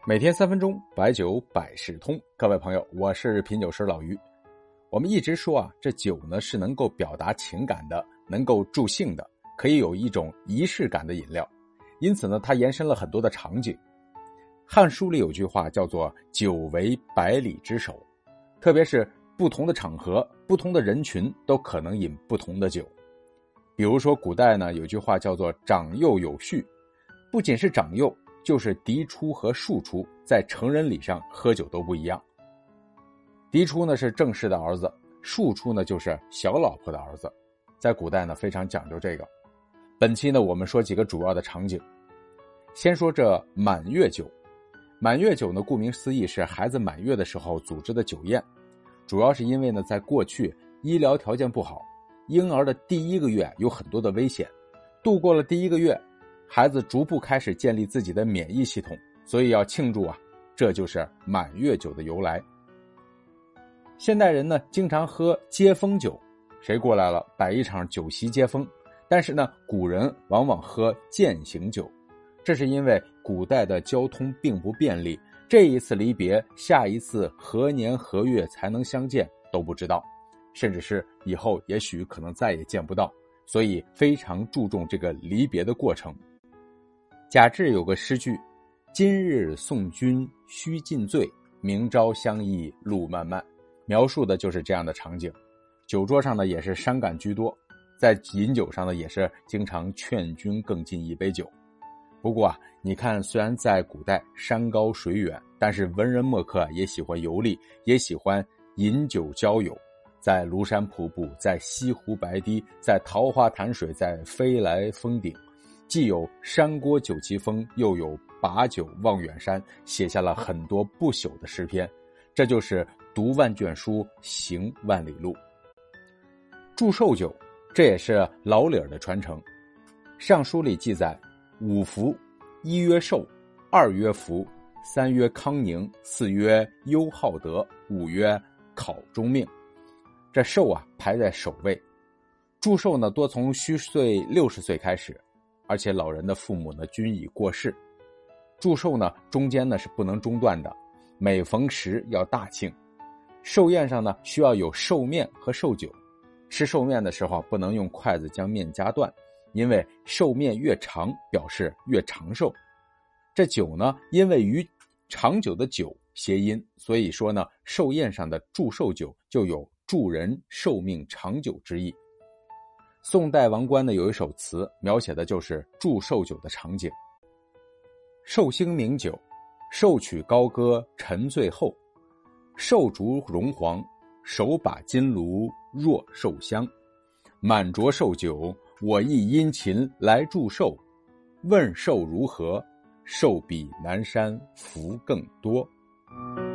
每天3分钟，白酒百事通。各位朋友，我是品酒师老于。我们一直说这酒呢是能够表达情感的，能够助兴的，可以有一种仪式感的饮料。因此呢，它延伸了很多的场景。汉书里有句话叫做“酒为百里之首”，特别是不同的场合、不同的人群都可能饮不同的酒。比如说古代呢有句话叫做“长幼有序”，不仅是长幼，就是嫡出和庶出在成人礼上喝酒都不一样。嫡出呢是正室的儿子，庶出呢就是小老婆的儿子，在古代呢非常讲究这个。本期呢我们说几个主要的场景。先说这满月酒。满月酒呢顾名思义是孩子满月的时候组织的酒宴，主要是因为呢在过去医疗条件不好，婴儿的第一个月有很多的危险，度过了第一个月，孩子逐步开始建立自己的免疫系统，所以要庆祝这就是满月酒的由来。现代人呢经常喝接风酒，谁过来了摆一场酒席接风，但是呢古人往往喝饯行酒，这是因为古代的交通并不便利，这一次离别，下一次何年何月才能相见都不知道，甚至是以后也许可能再也见不到，所以非常注重这个离别的过程。贾至有个诗句：今日送君须尽醉，明朝相忆路漫漫，描述的就是这样的场景。酒桌上呢也是伤感居多，在饮酒上呢也是经常劝君更尽一杯酒。不过你看，虽然在古代山高水远，但是文人墨客也喜欢游历，也喜欢饮酒交友，在庐山瀑布，在西湖白堤，在桃花潭水，在飞来峰顶，既有山郭酒旗风，又有把酒望远山，写下了很多不朽的诗篇。这就是读万卷书，行万里路。祝寿酒，这也是老理儿的传承。尚书里记载：5福，一曰寿，二曰福，三曰康宁，四曰优好德，五曰考中命。这寿排在首位。祝寿呢多从虚岁60岁开始，而且老人的父母呢均已过世。祝寿呢中间呢是不能中断的，每逢时要大庆。寿宴上呢需要有寿面和寿酒，吃寿面的时候不能用筷子将面夹断，因为寿面越长表示越长寿。这酒呢因为与长久的久谐音，所以说呢寿宴上的祝寿酒就有祝人寿命长久之意。宋代王观呢有一首词，描写的就是祝寿酒的场景。寿星名酒，寿曲高歌沉醉后，寿烛荣黄，手把金炉若寿香。满酌寿酒，我亦殷勤来祝寿，问寿如何，寿比南山福更多。